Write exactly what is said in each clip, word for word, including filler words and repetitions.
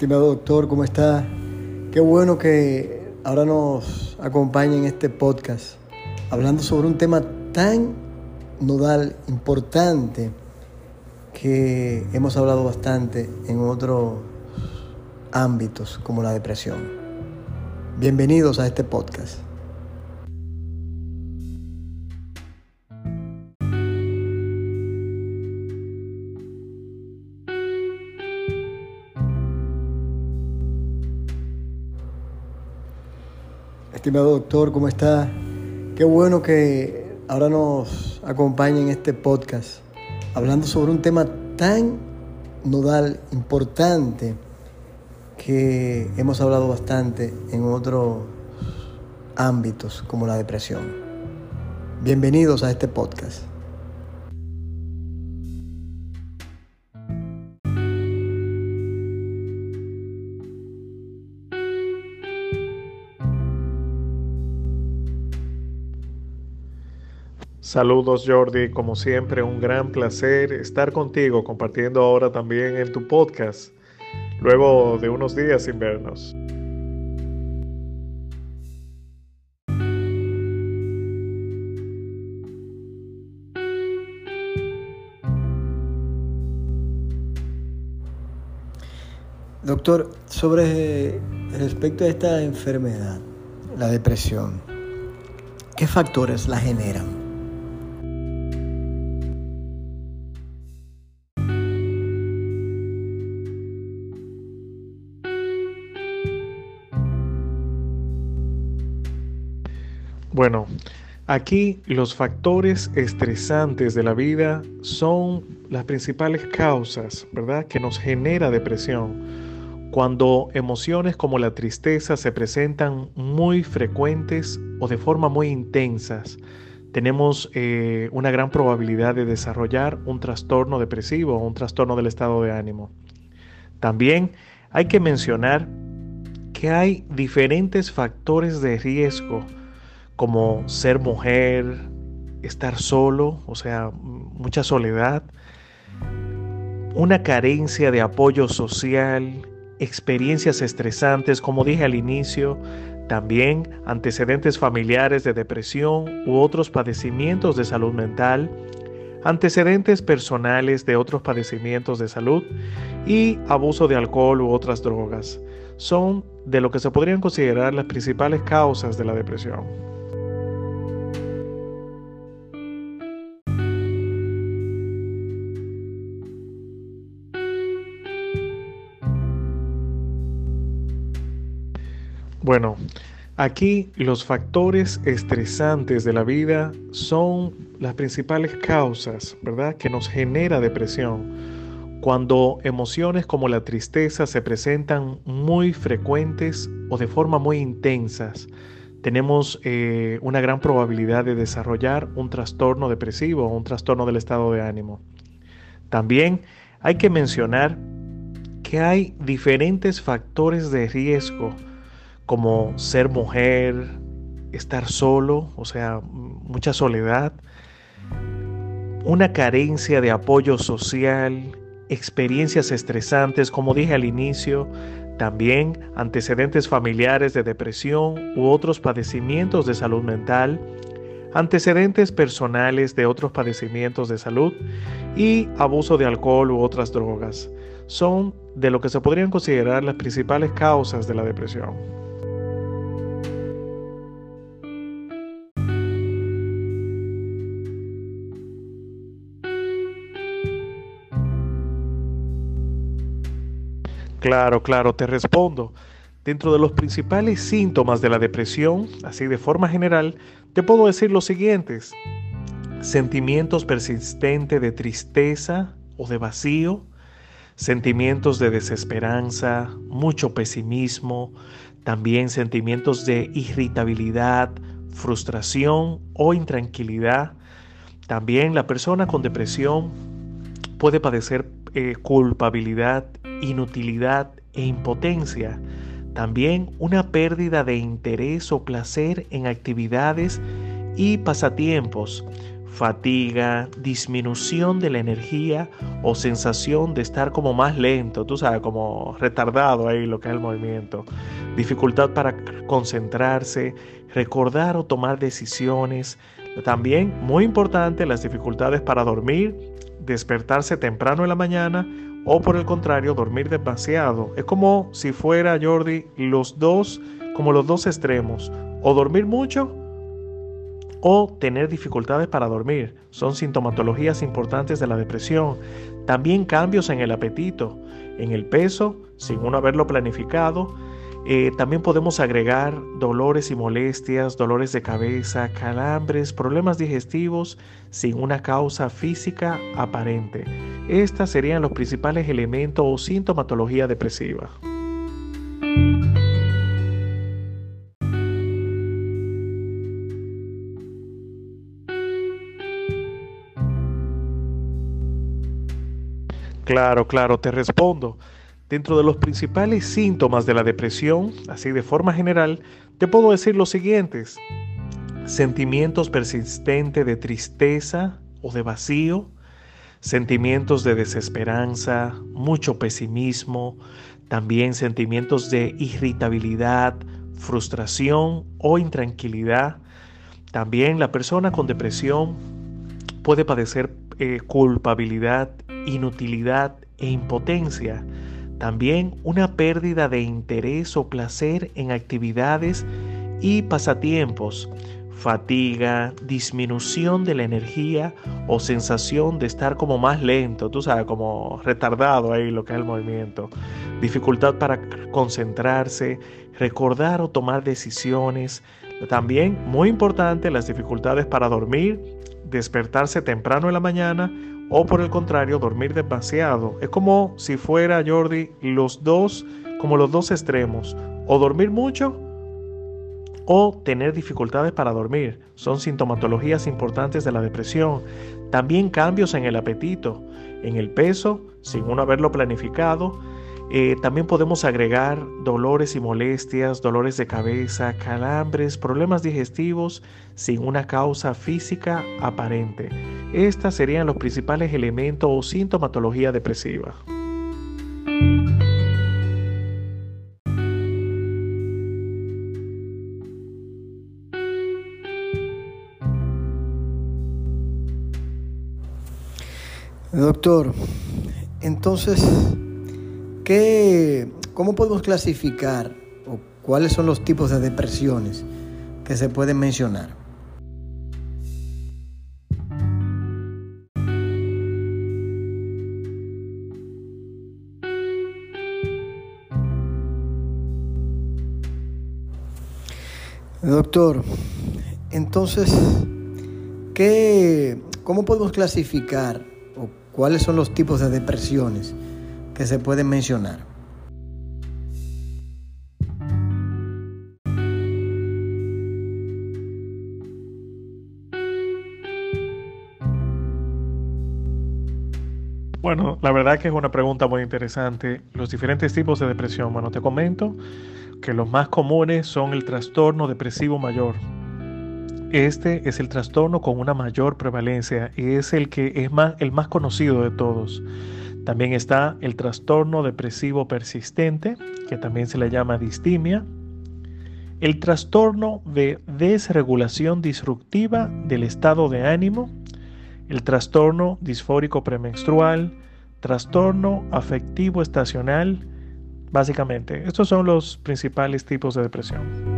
Estimado doctor, ¿cómo está? Qué bueno que ahora nos acompaña en este podcast, hablando sobre un tema tan nodal, importante, que hemos hablado bastante en otros ámbitos, como la depresión. Bienvenidos a este podcast. Estimado doctor, ¿cómo está? Qué bueno que ahora nos acompaña en este podcast, hablando sobre un tema tan nodal, importante, que hemos hablado bastante en otros ámbitos, como la depresión. Bienvenidos a este podcast. Saludos Jordi, como siempre un gran placer estar contigo compartiendo ahora también en tu podcast, luego de unos días sin vernos. Doctor, sobre respecto a esta enfermedad, la depresión, ¿qué factores la generan? Bueno, aquí los factores estresantes de la vida son las principales causas, ¿verdad?, que nos genera depresión. Cuando emociones como la tristeza se presentan muy frecuentes o de forma muy intensas, tenemos eh, una gran probabilidad de desarrollar un trastorno depresivo o un trastorno del estado de ánimo. También hay que mencionar que hay diferentes factores de riesgo, como ser mujer, estar solo, o sea, mucha soledad, una carencia de apoyo social, experiencias estresantes, como dije al inicio, también antecedentes familiares de depresión u otros padecimientos de salud mental, antecedentes personales de otros padecimientos de salud y abuso de alcohol u otras drogas. Son de lo que se podrían considerar las principales causas de la depresión. Bueno, aquí los factores estresantes de la vida son las principales causas, ¿verdad?, que nos genera depresión. Cuando emociones como la tristeza se presentan muy frecuentes o de forma muy intensas, tenemos eh, una gran probabilidad de desarrollar un trastorno depresivo o un trastorno del estado de ánimo. También hay que mencionar que hay diferentes factores de riesgo, como ser mujer, estar solo, o sea, mucha soledad, una carencia de apoyo social, experiencias estresantes, como dije al inicio, también antecedentes familiares de depresión u otros padecimientos de salud mental, antecedentes personales de otros padecimientos de salud y abuso de alcohol u otras drogas. Son de lo que se podrían considerar las principales causas de la depresión. Claro, claro, te respondo. Dentro de los principales síntomas de la depresión, así de forma general, te puedo decir los siguientes: sentimientos persistentes de tristeza o de vacío, sentimientos de desesperanza, mucho pesimismo, también sentimientos de irritabilidad, frustración o intranquilidad. También la persona con depresión puede padecer eh, culpabilidad, inutilidad e impotencia. También una pérdida de interés o placer en actividades y pasatiempos, fatiga, disminución de la energía o sensación de estar como más lento, tú sabes, como retardado ahí lo que es el movimiento, dificultad para concentrarse, recordar o tomar decisiones. También, muy importante, las dificultades para dormir, despertarse temprano en la mañana o por el contrario, dormir demasiado. Es como si fuera, Jordi, los dos, como los dos extremos, o dormir mucho o tener dificultades para dormir. Son sintomatologías importantes de la depresión. También cambios en el apetito, en el peso, sin uno haberlo planificado. Eh, también podemos agregar dolores y molestias, dolores de cabeza, calambres, problemas digestivos sin una causa física aparente. Estos serían los principales elementos o sintomatología depresiva. Claro, claro, te respondo. Dentro de los principales síntomas de la depresión, así de forma general, te puedo decir los siguientes: sentimientos persistentes de tristeza o de vacío, sentimientos de desesperanza, mucho pesimismo, también sentimientos de irritabilidad, frustración o intranquilidad. También la persona con depresión puede padecer eh, culpabilidad, inutilidad e impotencia. También una pérdida de interés o placer en actividades y pasatiempos, fatiga, disminución de la energía o sensación de estar como más lento, tú sabes, como retardado ahí lo que es el movimiento, dificultad para concentrarse, recordar o tomar decisiones. También, muy importante, las dificultades para dormir, despertarse temprano en la mañana o por el contrario, dormir demasiado. Es como si fuera, Jordi, los dos, como los dos extremos, o dormir mucho o tener dificultades para dormir. Son sintomatologías importantes de la depresión. También cambios en el apetito, en el peso, sin uno haberlo planificado. Eh, también podemos agregar dolores y molestias, dolores de cabeza, calambres, problemas digestivos sin una causa física aparente. Estos serían los principales elementos o sintomatología depresiva. Doctor, entonces, ¿qué, cómo podemos clasificar o cuáles son los tipos de depresiones que se pueden mencionar? Doctor, entonces, ¿qué, cómo podemos clasificar o cuáles son los tipos de depresiones que se pueden mencionar? Bueno, la verdad que es una pregunta muy interesante. Los diferentes tipos de depresión, bueno, te comento que los más comunes son el trastorno depresivo mayor. Este es el trastorno con una mayor prevalencia y es el que es más, el más conocido de todos. También está el trastorno depresivo persistente, que también se le llama distimia. El trastorno de desregulación disruptiva del estado de ánimo. El trastorno disfórico premenstrual. Trastorno afectivo estacional. Básicamente, estos son los principales tipos de depresión.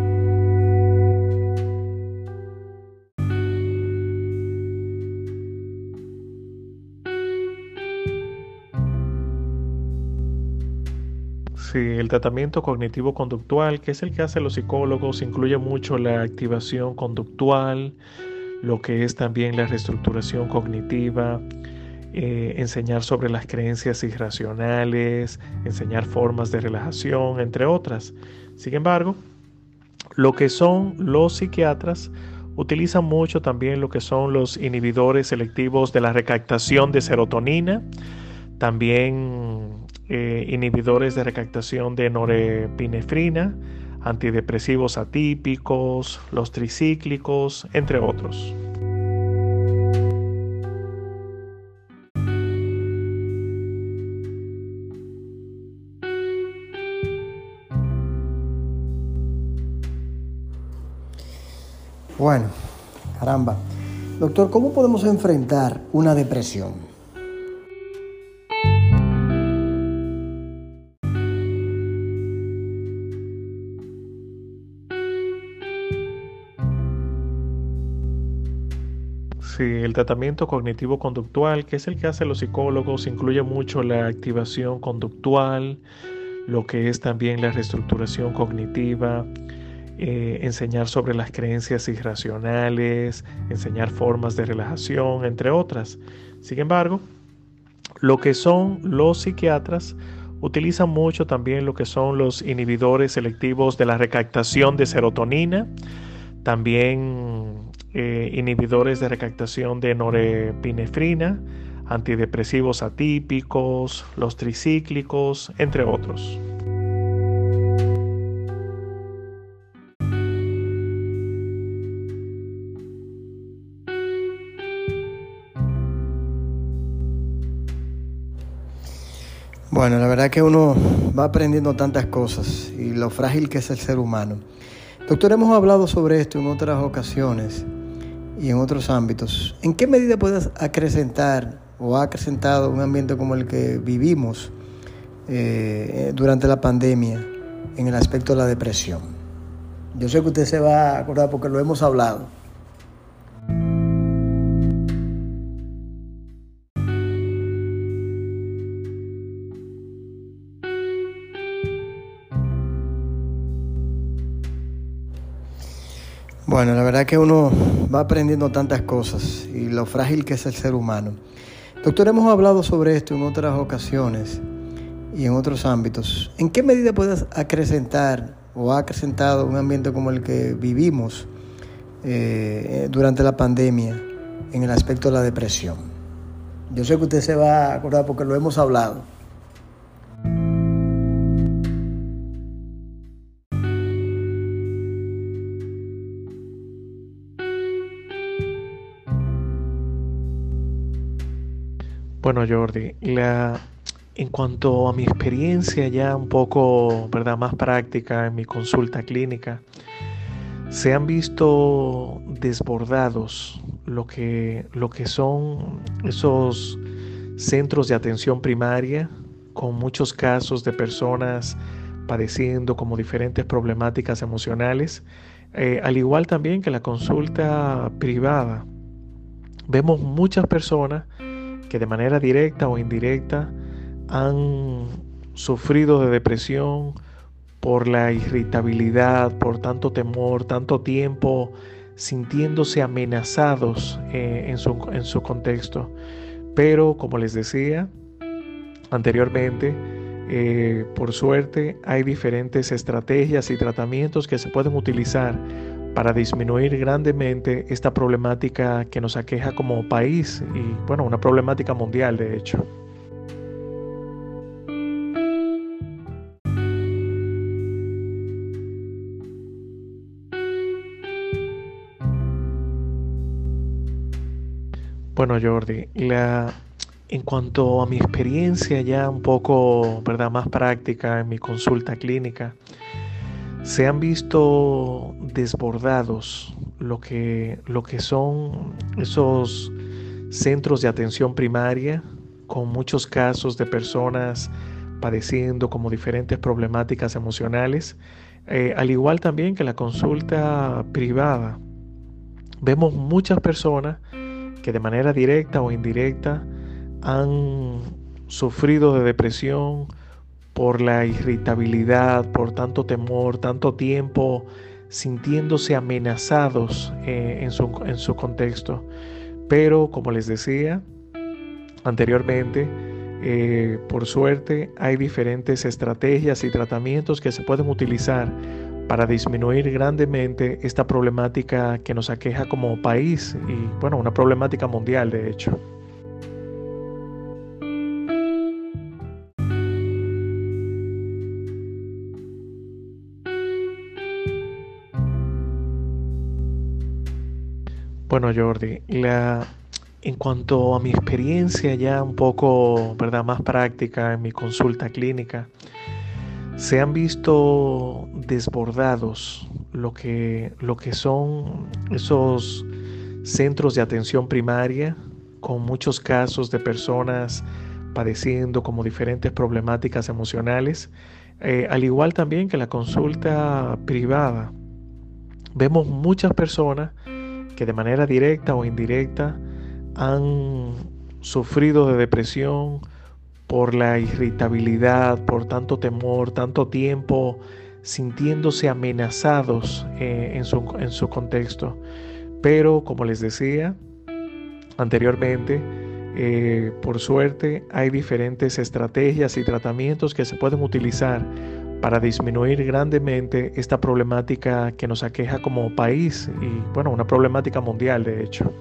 Sí, el tratamiento cognitivo-conductual, que es el que hacen los psicólogos, incluye mucho la activación conductual, lo que es también la reestructuración cognitiva, eh, enseñar sobre las creencias irracionales, enseñar formas de relajación, entre otras. Sin embargo, lo que son los psiquiatras utilizan mucho también lo que son los inhibidores selectivos de la recaptación de serotonina, también eh, inhibidores de recaptación de norepinefrina, antidepresivos atípicos, los tricíclicos, entre otros. Bueno, caramba. Doctor, ¿cómo podemos enfrentar una depresión? Sí, el tratamiento cognitivo-conductual, que es el que hacen los psicólogos, incluye mucho la activación conductual, lo que es también la reestructuración cognitiva, eh, enseñar sobre las creencias irracionales, enseñar formas de relajación, entre otras. Sin embargo, lo que son los psiquiatras utilizan mucho también lo que son los inhibidores selectivos de la recaptación de serotonina, también eh, inhibidores de recaptación de norepinefrina, antidepresivos atípicos, los tricíclicos, entre otros. Bueno, la verdad que uno va aprendiendo tantas cosas y lo frágil que es el ser humano. Doctor, hemos hablado sobre esto en otras ocasiones y en otros ámbitos. ¿En qué medida puedes acrecentar o ha acrecentado un ambiente como el que vivimos eh, durante la pandemia en el aspecto de la depresión? Yo sé que usted se va a acordar porque lo hemos hablado. Bueno, la verdad que uno va aprendiendo tantas cosas y lo frágil que es el ser humano. Doctor, hemos hablado sobre esto en otras ocasiones y en otros ámbitos. ¿En qué medida puedes acrecentar o ha acrecentado un ambiente como el que vivimos eh, durante la pandemia en el aspecto de la depresión? Yo sé que usted se va a acordar porque lo hemos hablado. Bueno, Jordi, la, en cuanto a mi experiencia ya un poco, ¿verdad?, más práctica en mi consulta clínica, se han visto desbordados lo que, lo que son esos centros de atención primaria con muchos casos de personas padeciendo como diferentes problemáticas emocionales, eh, al igual también que la consulta privada. Vemos muchas personas que de manera directa o indirecta han sufrido de depresión por la irritabilidad, por tanto temor, tanto tiempo sintiéndose amenazados eh, en su, en su contexto. Pero como les decía anteriormente, eh, por suerte hay diferentes estrategias y tratamientos que se pueden utilizar para disminuir grandemente esta problemática que nos aqueja como país y, bueno, una problemática mundial, de hecho. Bueno, Jordi, la, en cuanto a mi experiencia ya un poco, ¿verdad?, más práctica en mi consulta clínica, se han visto desbordados lo que, lo que son esos centros de atención primaria con muchos casos de personas padeciendo como diferentes problemáticas emocionales, eh, al igual también que la consulta privada. Vemos muchas personas que de manera directa o indirecta han sufrido de depresión por la irritabilidad, por tanto temor, tanto tiempo sintiéndose amenazados eh, en, su, en su contexto. Pero como les decía anteriormente, eh, por suerte hay diferentes estrategias y tratamientos que se pueden utilizar para disminuir grandemente esta problemática que nos aqueja como país y, bueno, una problemática mundial, de hecho. Bueno, Jordi, la, en cuanto a mi experiencia ya un poco, ¿verdad?, más práctica en mi consulta clínica, se han visto desbordados lo que, lo que son esos centros de atención primaria con muchos casos de personas padeciendo como diferentes problemáticas emocionales, eh, al igual también que la consulta privada. Vemos muchas personas que de manera directa o indirecta han sufrido de depresión por la irritabilidad, por tanto temor, tanto tiempo sintiéndose amenazados eh, en su, en su contexto. Pero como les decía anteriormente, eh, por suerte hay diferentes estrategias y tratamientos que se pueden utilizar para disminuir grandemente esta problemática que nos aqueja como país y, bueno, una problemática mundial, de hecho.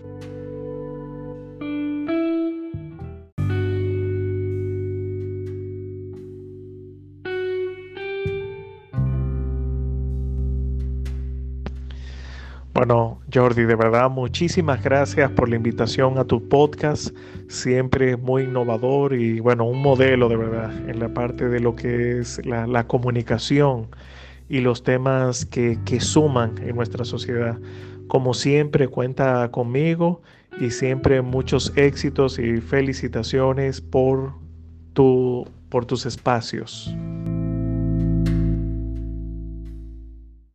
Bueno, Jordi, de verdad, muchísimas gracias por la invitación a tu podcast, siempre muy innovador y, bueno, un modelo de verdad en la parte de lo que es la, la comunicación y los temas que, que suman en nuestra sociedad. Como siempre, cuenta conmigo y siempre muchos éxitos y felicitaciones por tu, por tus espacios.